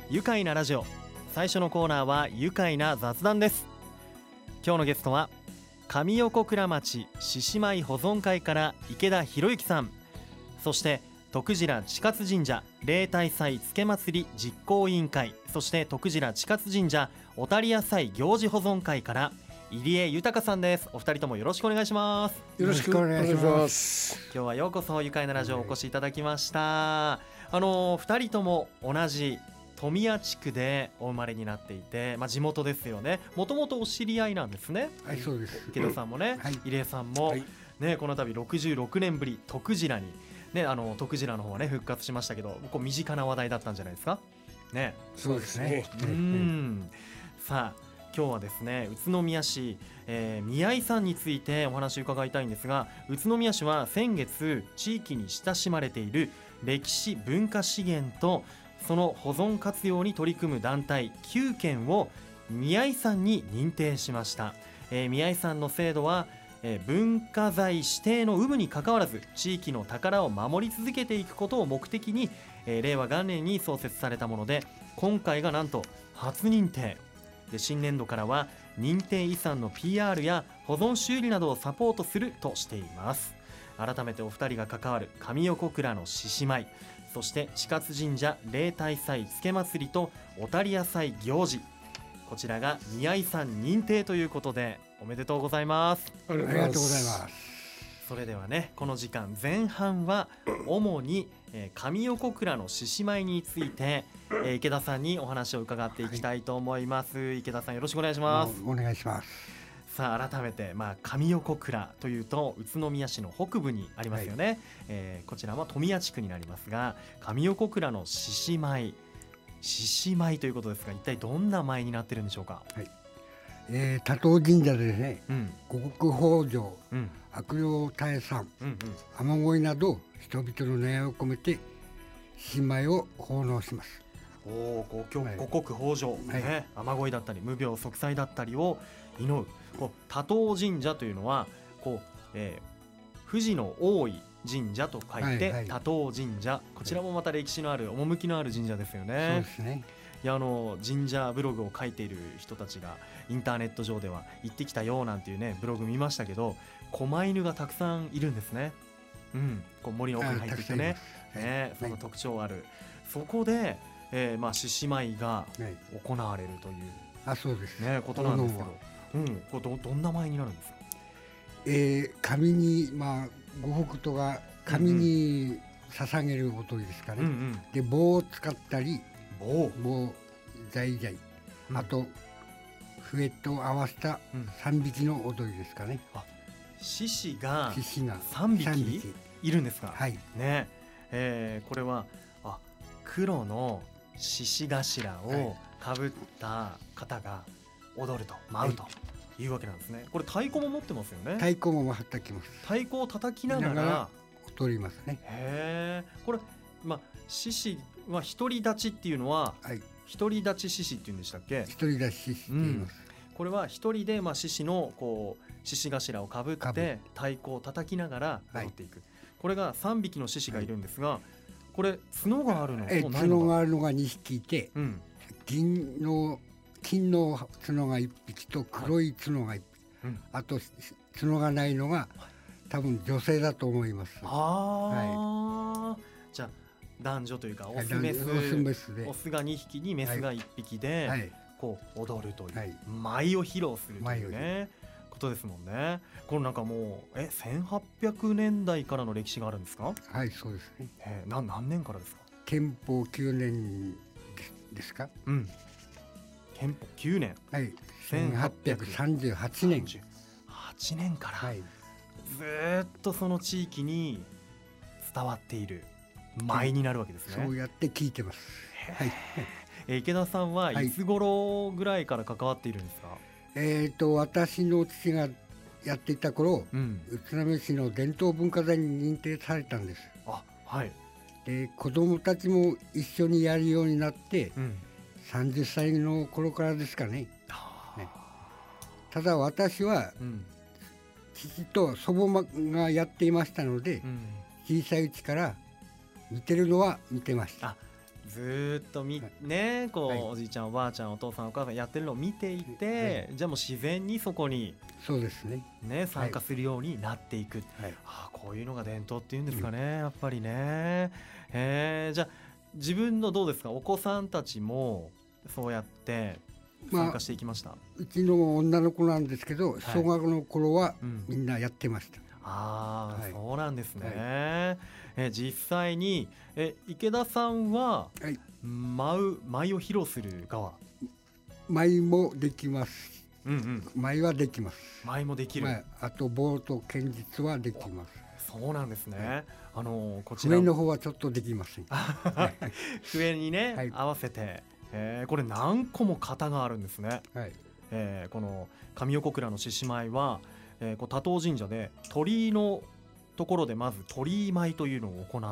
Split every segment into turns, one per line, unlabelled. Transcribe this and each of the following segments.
愉快なラジオ。最初のコーナーは愉快な雑談です。今日のゲストは上横倉町獅子舞保存会から池田博之さん、そして徳次千勝神社例大祭つけ祭り実行委員会、そして徳次千勝神社おたりや祭行事保存会から入江豊さんです。お二人ともよろしくお願いします。
よろしくお願いします。
今日はようこそ愉快なラジオお越しいただきました。二人とも同じ富谷地区でお生まれになっていて、地元ですよね。もともとお知り合いなんですね。
はい、そうです。
池田さんもね、入江さんも、この度66年ぶり徳次にね、徳次の方はね復活しましたけど、こう身近な話題だったんじゃないですかね。
そうですね。
さあ今日はですね、宇都宮市、宮井さんについてお話を伺いたいんですが、宇都宮市は先月地域に親しまれている歴史文化資源とその保存活用に取り組む団体9件を宮井さんに認定しました。宮井さんの制度は文化財指定の有無にかかわらず地域の宝を守り続けていくことを目的に、令和元年に創設されたもので、今回がなんと初認定で、新年度からは認定遺産の PR や保存修理などをサポートするとしています。改めてお二人が関わる上横倉の獅子舞、そして千勝神社例大祭つけ祭りとおたりや祭行事、こちらが宮井さん認定ということでおめでとうございます。
ありがとうございます。
それではね、この時間前半は主に上横倉の獅子舞について池田さんにお話を伺っていきたいと思います。池田さんよろしくお願いします。
お願いします。
さあ改めて、上横倉というと宇都宮市の北部にありますよね。こちらは富谷地区になりますが、上横倉の獅子舞ということですが、一体どんな舞になってるんでしょうか。
多頭神社でね、五穀豊穣、悪霊退散、雨乞いなど人々の願いを込めて獅子舞を奉納します。
五穀豊穣、雨乞いだったり無病息災だったりを祈る。多頭神社というのは富士の多い神社と書いて多頭神社、こちらもまた歴史のある趣のある神社ですよね。
そうですね。
いや、神社ブログを書いている人たちがインターネット上では行ってきたよなんていうねブログ見ましたけど、狛犬がたくさんいるんですね。こう森の奥に入ってきてね、その特徴ある、そこで獅子舞が行われるという
そうです
ねことなんですけど、これどんな舞になるんですか。
神にご北斗が神に捧げる踊りですかね。で棒を使ったり、棒在在、あと笛と合わせた3匹の踊りですかね。
獅子が
3匹
いるんですか。
ね、
これは黒の獅子頭をかぶった方が踊ると舞うというわけなんですね。これ太鼓も持ってますよね。
太鼓も叩きます。
太鼓を叩きながら
踊りますね。
これ獅子は独り立ちっていうのは、独り立ち獅子っていうんでしたっけ。
独り立ち獅子って言います。
これは一人で獅子の獅子頭をかぶって太鼓を叩きながら踊っていく。これが3匹の獅子がいるんですが、これ角があるのとないのが、
角があるのが2匹いて、金の角が1匹と黒い角が1匹、あと角がないのが多分女性だと思います。じゃ
あ男女というかオスメスで、オスが2匹にメスが1匹でこう踊るという舞を披露するというねことですもんね。これなんかもう1800年代からの歴史があるんですか。
そうですね。
何年からですか。
憲法9年ですか。
憲法9年、
1838年
8年からずっとその地域に伝わっている舞になるわけですね。
そうやって聞いてます。
池田さんはいつ頃ぐらいから関わっているんですか。
私の父がやっていた頃、宇都宮市の伝統文化財に認定されたんです。で子どもたちも一緒にやるようになって、30歳の頃からですかね。ただ私は、父と祖母がやっていましたので、小さいうちから見てるのは見てました。
ずっとねこう、おじいちゃんおばあちゃんお父さんお母さんやってるのを見ていて、じゃあもう自然にそこに
そうですね、
参加するようになっていく、こういうのが伝統っていうんですかね、やっぱりね。じゃあ自分のどうですか、お子さんたちもそうやって参加していきました？
うちの女の子なんですけど、小学の頃はみんなやってました。
そうなんですね。実際に池田さんは、舞を披露する側？
舞もできます。舞はできます。
舞もできる。
あと棒と剣術はできます。
そうなんですね。こ
ちら笛の方はちょっとできません。
笛にね、合わせて、これ何個も型があるんですね。この上横倉の獅子舞は、多頭神社で鳥居のところでまず鳥居舞というのを行って、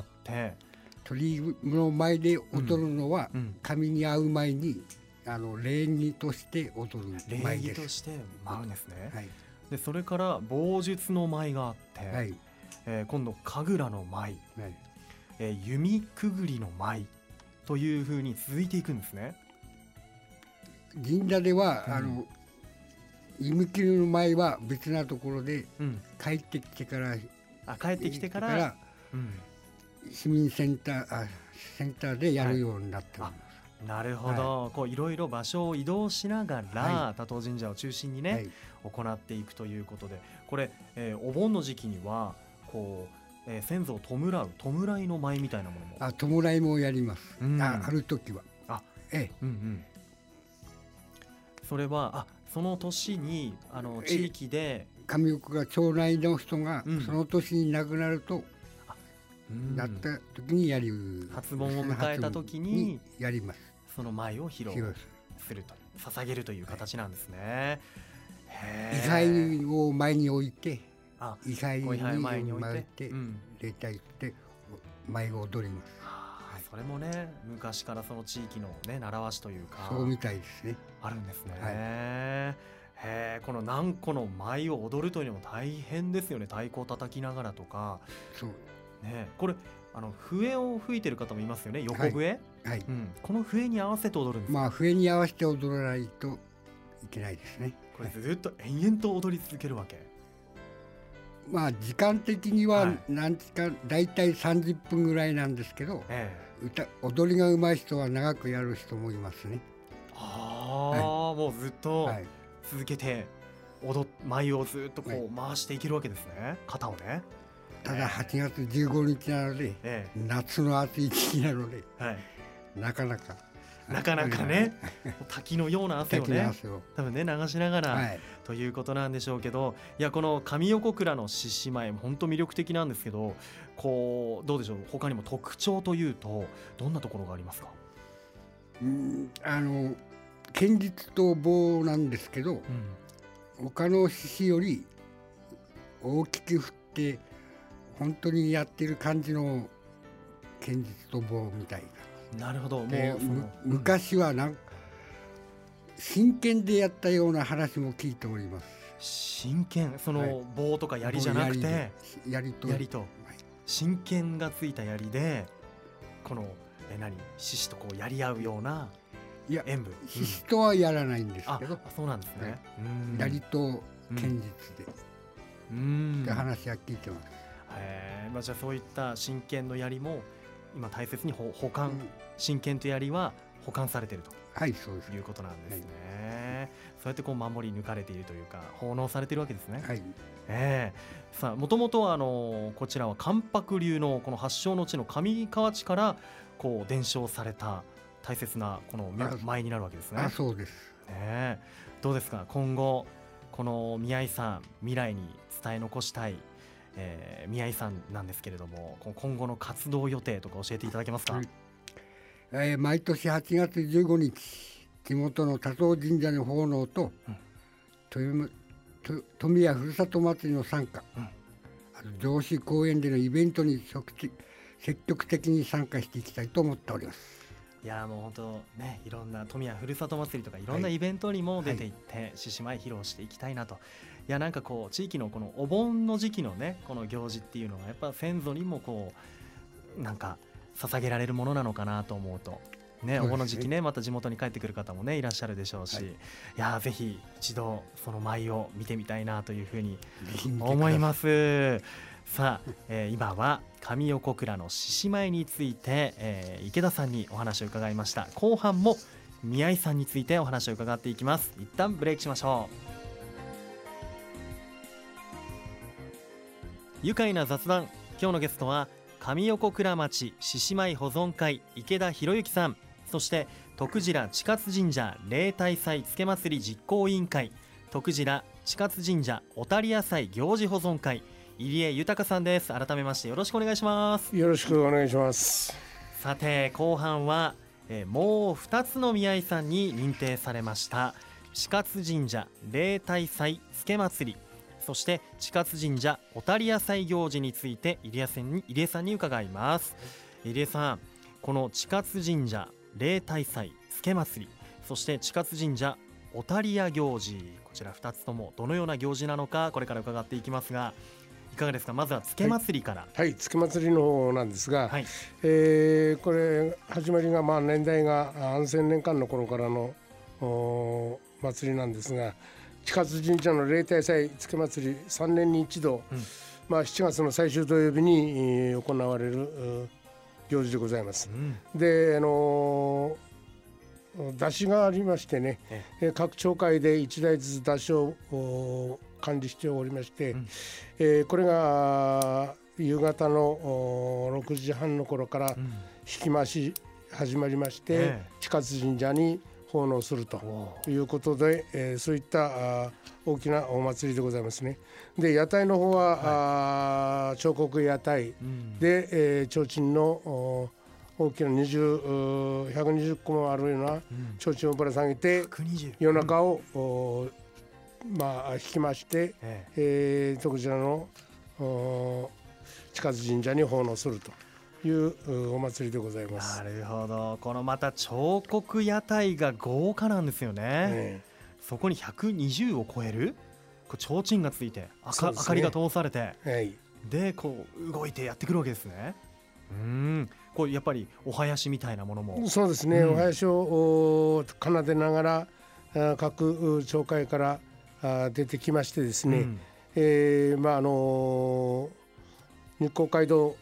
鳥居の舞で踊るのは、神に会う前に礼儀として踊る舞です。
礼儀として舞うんですね。でそれから棒術の舞があって、今度神楽の舞、弓くぐりの舞というふうに続いていくんですね。
神社では、弓切りの舞は別なところで、帰ってきてから市民センターでやるようになってます。
なるほど、こういろいろ場所を移動しながら、多頭神社を中心にね、行っていくということで、これ、お盆の時期にはこう、先祖を弔う弔いの舞みたいなものも
弔いもやります。ある時は
それはその年に地域で
上奥が町内の人がその年に亡くなると、なった時に
初盆を迎えた時に
やります。
その舞を披露すると、捧げるという形なんですね。
位牌を前に置いて、位牌に前に置いて礼拝して舞を踊ります。
それもね、昔からその地域のね習わしというか、
そうみたいですね。
あるんですね。この何個の舞を踊るというのも大変ですよね。太鼓を叩きながらとか。
そう
ね、これ笛を吹いてる方もいますよね、横笛。この笛に合わせて踊るんですか？
笛に合わせて踊らないといけないですね。
これずっと延々と踊り続けるわけ？
時間的には何時間、だいたい30分ぐらいなんですけど、踊りが上手い人は長くやる人もいますね。
もうずっと続けて舞をずっとこう回していけるわけですね、型をね。
ただ8月15日なので、夏の暑い時期なので、なかなか
ね滝のような汗をね多分ね流しながら、ということなんでしょうけど、いやこの上横倉の獅子舞本当魅力的なんですけど、こうどうでしょう、他にも特徴というとどんなところがありますか？
剣術と棒なんですけど、他の獅子より大きく振って本当にやってる感じの剣術と棒みたい
な。なるほど。
昔は真剣でやったような話も聞いております。
真剣、その棒とか槍じゃなくて、槍と真剣がついた槍でこの獅子とこうやり合うような演舞。
獅子とはやらないんですけど、
そうなんですね。
槍と剣術でって話は聞いてます。
じゃあそういった真剣の槍も今大切に保管、真剣と槍は保管されているということなんですね。そうやってこう守り抜かれているというか奉納されているわけですね。さあもともとはこちらは関白流のこの発祥の地の上河内からこう伝承された大切なこの舞になるわけですね。
そうです。
どうですか、今後この宮井さん未来に伝え残したい宮井さんなんですけれども、今後の活動予定とか教えていただけますか？
毎年8月15日地元の多頭神社の奉納と、富谷ふるさと祭りの参加、上司公園でのイベントに積極的に参加していきたいと思っております。
いやもう本当ね、いろんな富谷ふるさと祭りとかいろんなイベントにも出ていって獅子舞披露していきたいなと。いやなんかこう地域のこのお盆の時期のねこの行事っていうのはやっぱ先祖にもこうなんか捧げられるものなのかなと思うとね、お盆の時期ね、また地元に帰ってくる方もねいらっしゃるでしょうし、いやぜひ一度その舞を見てみたいなというふうに思います。さあ、今は上横倉の獅子舞について、池田さんにお話を伺いました。後半も宮井さんについてお話を伺っていきます。一旦ブレイクしましょう。愉快な雑談、今日のゲストは上横倉町獅子舞保存会池田博之さん、そして徳次千勝神社例大祭つけ祭り実行委員会徳次千勝神社おたり野菜行事保存会入江豊さんです。改めましてよろしくお願いします。
よろしくお願いします。
さて後半は、もう2つの宮井さんに認定されました千勝神社例大祭つけ祭り、そして千勝神社おたり野菜行事について入江さんに伺います。入江さん、この千勝神社例大祭つけ祭り、そして千勝神社おたりや行事、こちら2つともどのような行事なのかこれから伺っていきますが、いかがですか。まずはつけ祭りから。
はい、つけ祭りの方なんですが、これ始まりが年代が安政年間の頃からの祭りなんですが、千勝神社の例大祭つけ祭り3年に一度、7月の最終土曜日に行われる行事でございます。で、出汁がありましてね、各町会で1台ずつ出汁を管理しておりまして、これが夕方の6時半の頃から引き回し始まりまして、千勝神社に奉納するということで、そういった大きなお祭りでございますね。で、屋台の方は、彫刻屋台で、提灯の大きな120個もあるような提灯をぶら下げて夜中を、引きまして、徳次の千勝神社に奉納するというお祭りでございます。
なるほど。このまた彫刻屋台が豪華なんですよね。そこに120を超える提灯がついて明かりが通されて、でこう動いてやってくるわけですね。これやっぱりお囃子みたいなものも。
そうですね、お囃子を奏でながら各町会から出てきましてですね、日光街道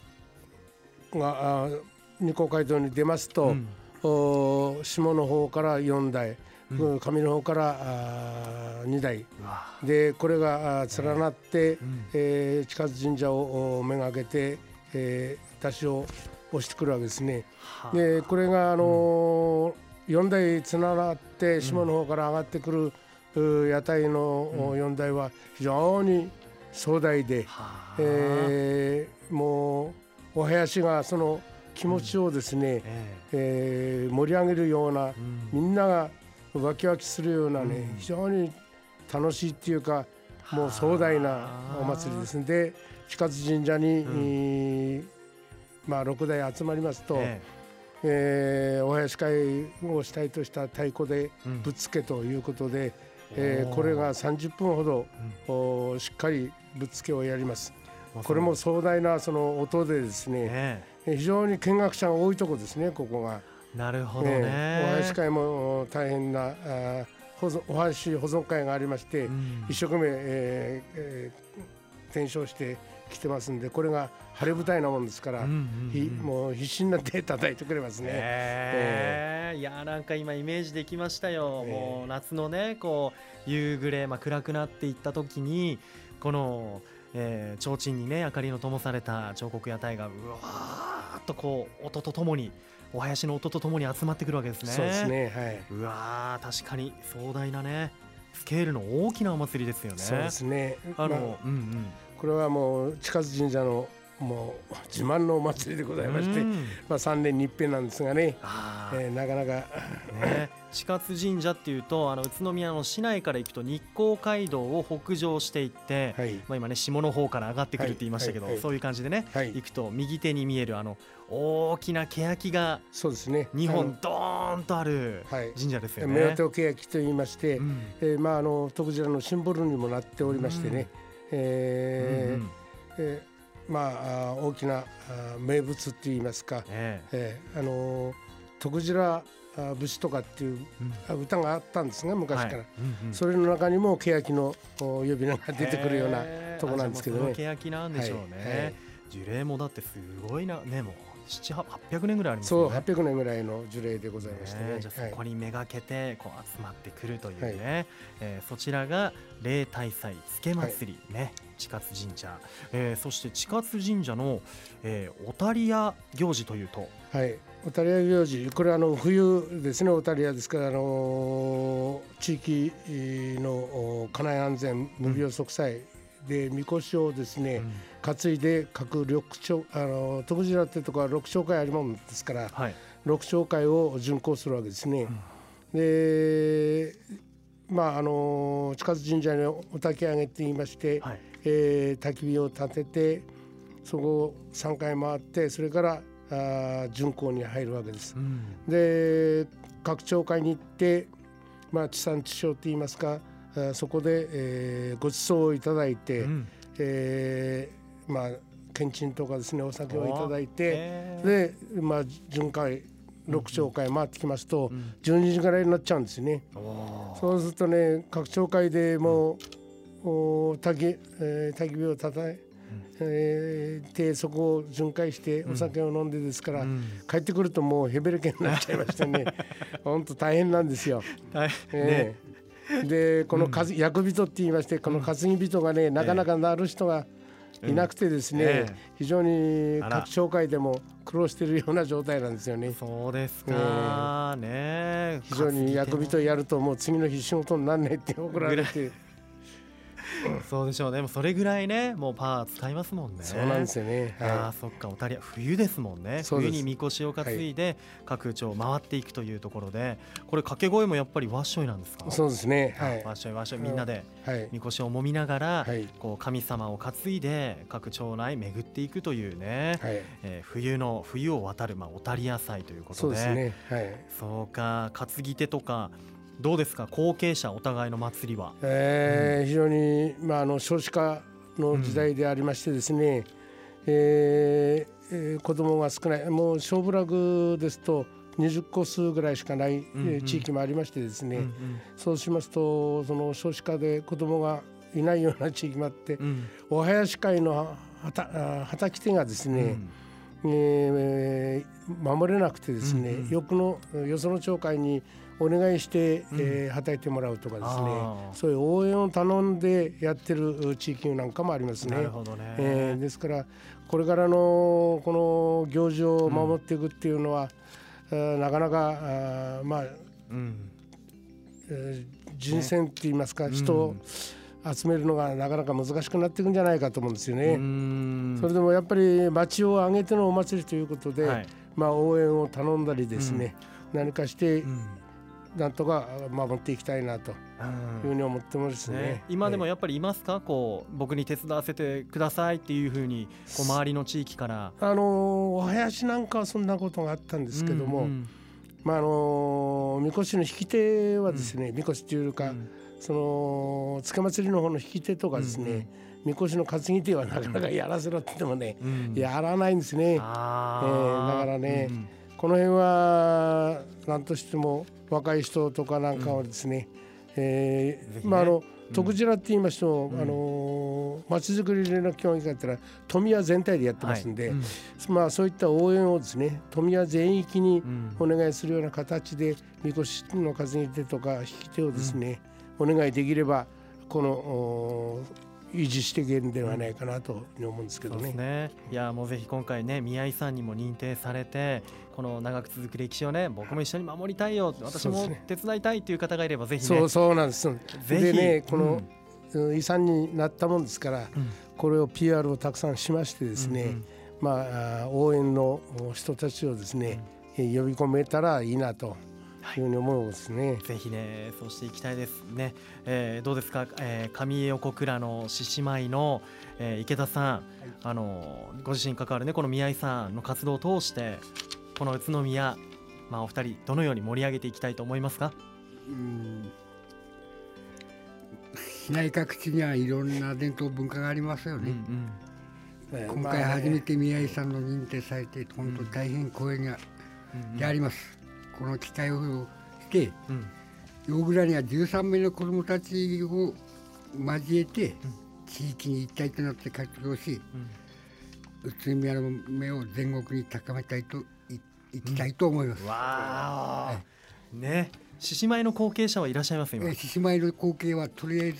に出ますと、下の方から4台、上の方から2台で、これが連なって、千勝神社をめがけて、出汁を押してくるわけですね。で、これが4台連なって下の方から上がってくる屋台の4台は非常に壮大で、もうお囃子がその気持ちをですね、盛り上げるような、みんながワキワキするようなね、非常に楽しいっていうか、もう壮大なお祭りですので、千勝神社に、6台集まりますと、お囃子会をしたいとした太鼓でぶっつけということで、これが30分ほど、しっかりぶっつけをやります。これも壮大なその音でですね、非常に見学者が多いところですね、ここが。
なるほどね。
お囃子会も大変なお囃子保存会がありまして、一生懸命、転生してきてますんで、これが晴れ舞台なもんですから、もう必死になって叩いてくれますね。
いや、なんか今イメージできましたよ。もう夏のね、こう夕暮れ、暗くなっていった時にこの、提灯にね明かりの灯された彫刻屋台がうわーっとこう音とともに、お囃子の音とともに集まってくるわけですね。
そうですね、はい。
うわー、確かに壮大なね、スケールの大きなお祭りですよね。
そうですね。これはもう千勝神社のもう自慢のお祭りでございまして、3年に一遍なんですがね、なかなか
千勝神社っていうと、宇都宮の市内から行くと日光街道を北上していって、今ね下の方から上がってくるって言いましたけど、そういう感じでね、行くと右手に見える大きな欅が2本ドーンとある神社ですよね。
夫婦欅と言いまして、徳次のシンボルにもなっておりましてね、 大きな名物って言いますか、徳白節とかっていう歌があったんですが昔から、それの中にも欅の呼び名が出てくるようなとこなんですけどね。
欅なんでしょうね。樹齢もだってすごいなね、もう700-800年ぐらいありますね。
そう800年ぐらいの樹齢でございましてね。
じゃあそこにめがけてこう集まってくるというね、そちらが例大祭つけ祭りね、千勝神社、そして千勝神社の、おたりや行事というと、
おたりや行事、これは冬ですね。おたりやですから、地域の家内安全無病息災でみこしをですね、担いで各徳白ってとこは6町会あるもんですから、6町会を巡行するわけですね。で千勝神社にお焚き上げって言いまして、焚き火を立ててそこを3回回って、それから巡行に入るわけです。で各町会に行って、地産地消って言いますか、そこで、ご馳走をいただいて、けんちんとかですね、お酒をいただいて、で、巡回6町会回ってきますと、12時ぐらいになっちゃうんですね。そうするとね、各町会でもう焚き火をたたいて、そこを巡回してお酒を飲んでですから、帰ってくるともうヘベレケになっちゃいましてね本当大変なんですよ。でこの役人って言いまして、この担ぎ人がね、なかなかなる人がいなくてですね、非常に各町会でも苦労しているような状態なんですよね。
そうですかね。
非常に役人やるともう次の日仕事になんないって怒られて
そうでしょうね。もうそれぐらいね、もうパワー使いますもんね。
そうなんですよね。
そっか、おたりや冬ですもんね。冬にみこしを担いで各町を回っていくというところで、これ掛け声もやっぱりわっしょいなんですか？
そうですね。
わっしょいわっしょい、みんなでみこしをもみながら、こう神様を担いで各町内巡っていくというね、冬を渡るおたりや祭ということで。
そうですね。
そうか、担ぎ手とかどうですか、後継者お互いの祭りは。
非常に、少子化の時代でありましてですね、子供が少ない、もう小部落ですと20戸数ぐらいしかない、地域もありましてですね、そうしますとその少子化で子供がいないような地域もあって、お囃子会の旗き手がですね、守れなくてですね、よその町会にお願いして、はたいてもらうとかですね、そういう応援を頼んでやってる地域なんかもありますね。
なるほどね。
ですからこれからのこの行事を守っていくっていうのは、なかなか人選って言いますか、人を集めるのがなかなか難しくなっていくんじゃないかと思うんですよね。それでもやっぱり町を挙げてのお祭りということで、応援を頼んだりですね、何かしてなんとか守っていきたいなというふうに思ってますね。
今でもやっぱりいますか、こう僕に手伝わせてくださいっていうふうにこう周りの地域から。
お囃子なんかはそんなことがあったんですけども、みこしの引き手はですね、みこしというか、そのつけ祭りの方の引き手とかですね、みこしの担ぎ手はなかなかやらせろって言ってもね、やらないんですね。だからね、この辺は何としても若い人とかなんかはですね、徳白って言いましても、町づくり連絡協議会ってのは富谷全体でやってますんで、そういった応援をですね、富谷全域にお願いするような形で、みこしの担ぎ手とか引き手をですね、お願いできればこの維持していけるんではないかなと思うんですけどね。
そうですね。いやもうぜひ今回ね、宮井さんにも認定されて、この長く続く歴史をね、僕も一緒に守りたいよ、私も手伝いたいという方がいればぜひね。
そうなんです。でね、この遺産になったもんですから、これを PR をたくさんしましてですね、応援の人たちをですね、呼び込めたらいいなというふうに思うんですね。
ぜひね、そうしていきたいですね。どうですか、上横倉の獅子舞の、池田さん、ご自身関わるね、この宮井さんの活動を通してこの宇都宮、お二人どのように盛り上げていきたいと思いますか？
市内各地にはいろんな伝統文化がありますよね。 今回初めて宮井さんの認定されて本当大変光栄であります。この機会をして、大蔵には13名の子どもたちを交えて地域に一体となって活動し、宇都宮の目を全国に高めたいといきたいと思います。
わー、ね、獅子舞の後継者はいらっしゃいます今？
獅子舞の後継はとりあえず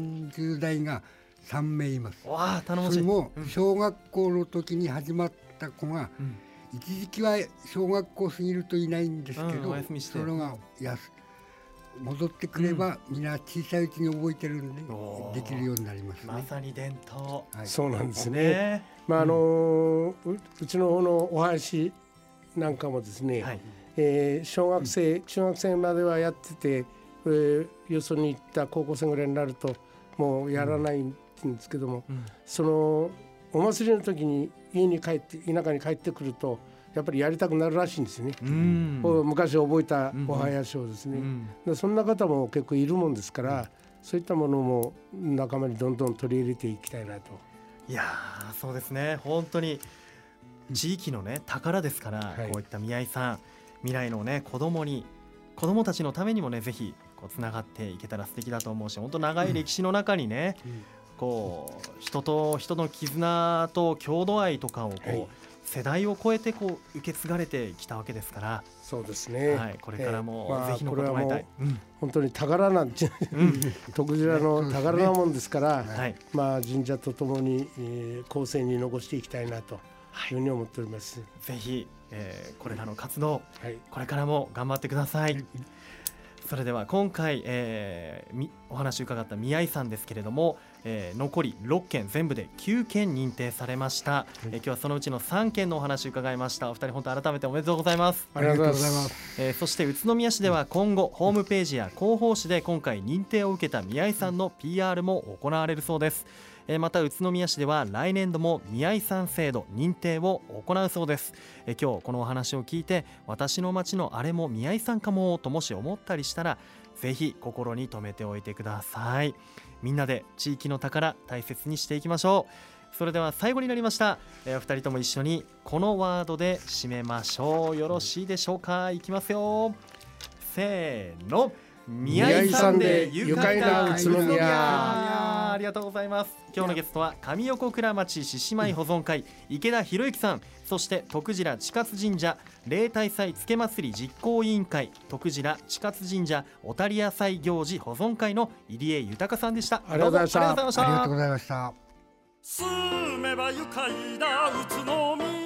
30代が3名います。
わあ、頼もしい。
それも小学校の時に始まった子が、一時期は小学校過ぎるといないんですけど、それが戻ってくれば、みんな小さいうちに覚えてるんでできるようになりますね。
まさに伝統、
そうなんですね。うちの方のお囃子なんかもですね、小学生、中学生まではやってて、よそに行った高校生ぐらいになるともうやらないんですけども、そのお祭りの時に家に帰って田舎に帰ってくるとやっぱりやりたくなるらしいんですよね。昔覚えたお囃子をですね、そんな方も結構いるもんですから、そういったものも仲間にどんどん取り入れていきたいなと。
いやー、そうですね。本当に地域のね宝ですから、こういった宮井さん、未来のね子供たちのためにもねぜひつながっていけたら素敵だと思うし、本当長い歴史の中にね、こう人と人の絆と郷土愛とかを世代を超えて受け継がれてきたわけですから。
そうですね、
これからもぜひ残ってもらいたい。
本当に宝なんて徳次の宝なもんですから、神社とともに後世に残していきたいなというふうに思っております。
ぜひ、これらの活動、これからも頑張ってください。それでは今回、お話を伺った宮井さんですけれども、残り6件全部で9件認定されました。今日はそのうちの3件のお話を伺いました。お二人本当改めておめでとうございます。
ありがとうございます。
そして宇都宮市では今後ホームページや広報誌で今回認定を受けた宮井さんの PR も行われるそうです。また宇都宮市では来年度も宮井さん制度認定を行うそうです。今日このお話を聞いて、私の町のあれも宮井さんかもともし思ったりしたら、ぜひ心に留めておいてください。みんなで地域の宝大切にしていきましょう。それでは最後になりました。お二人とも一緒にこのワードで締めましょう。よろしいでしょうか。いきますよ。せーの。
宮井さんで愉快な宇都宮。
ありがとうございます。今日のゲストは上横倉町獅子舞保存会池田博之さん、そして徳次千勝神社例大祭つけ祭り実行委員会徳次千勝神社おたり野菜行事保存会の入江豊さんでした。
ありがとうございました。
ありがとうございました。
住めば愉快な宇都宮。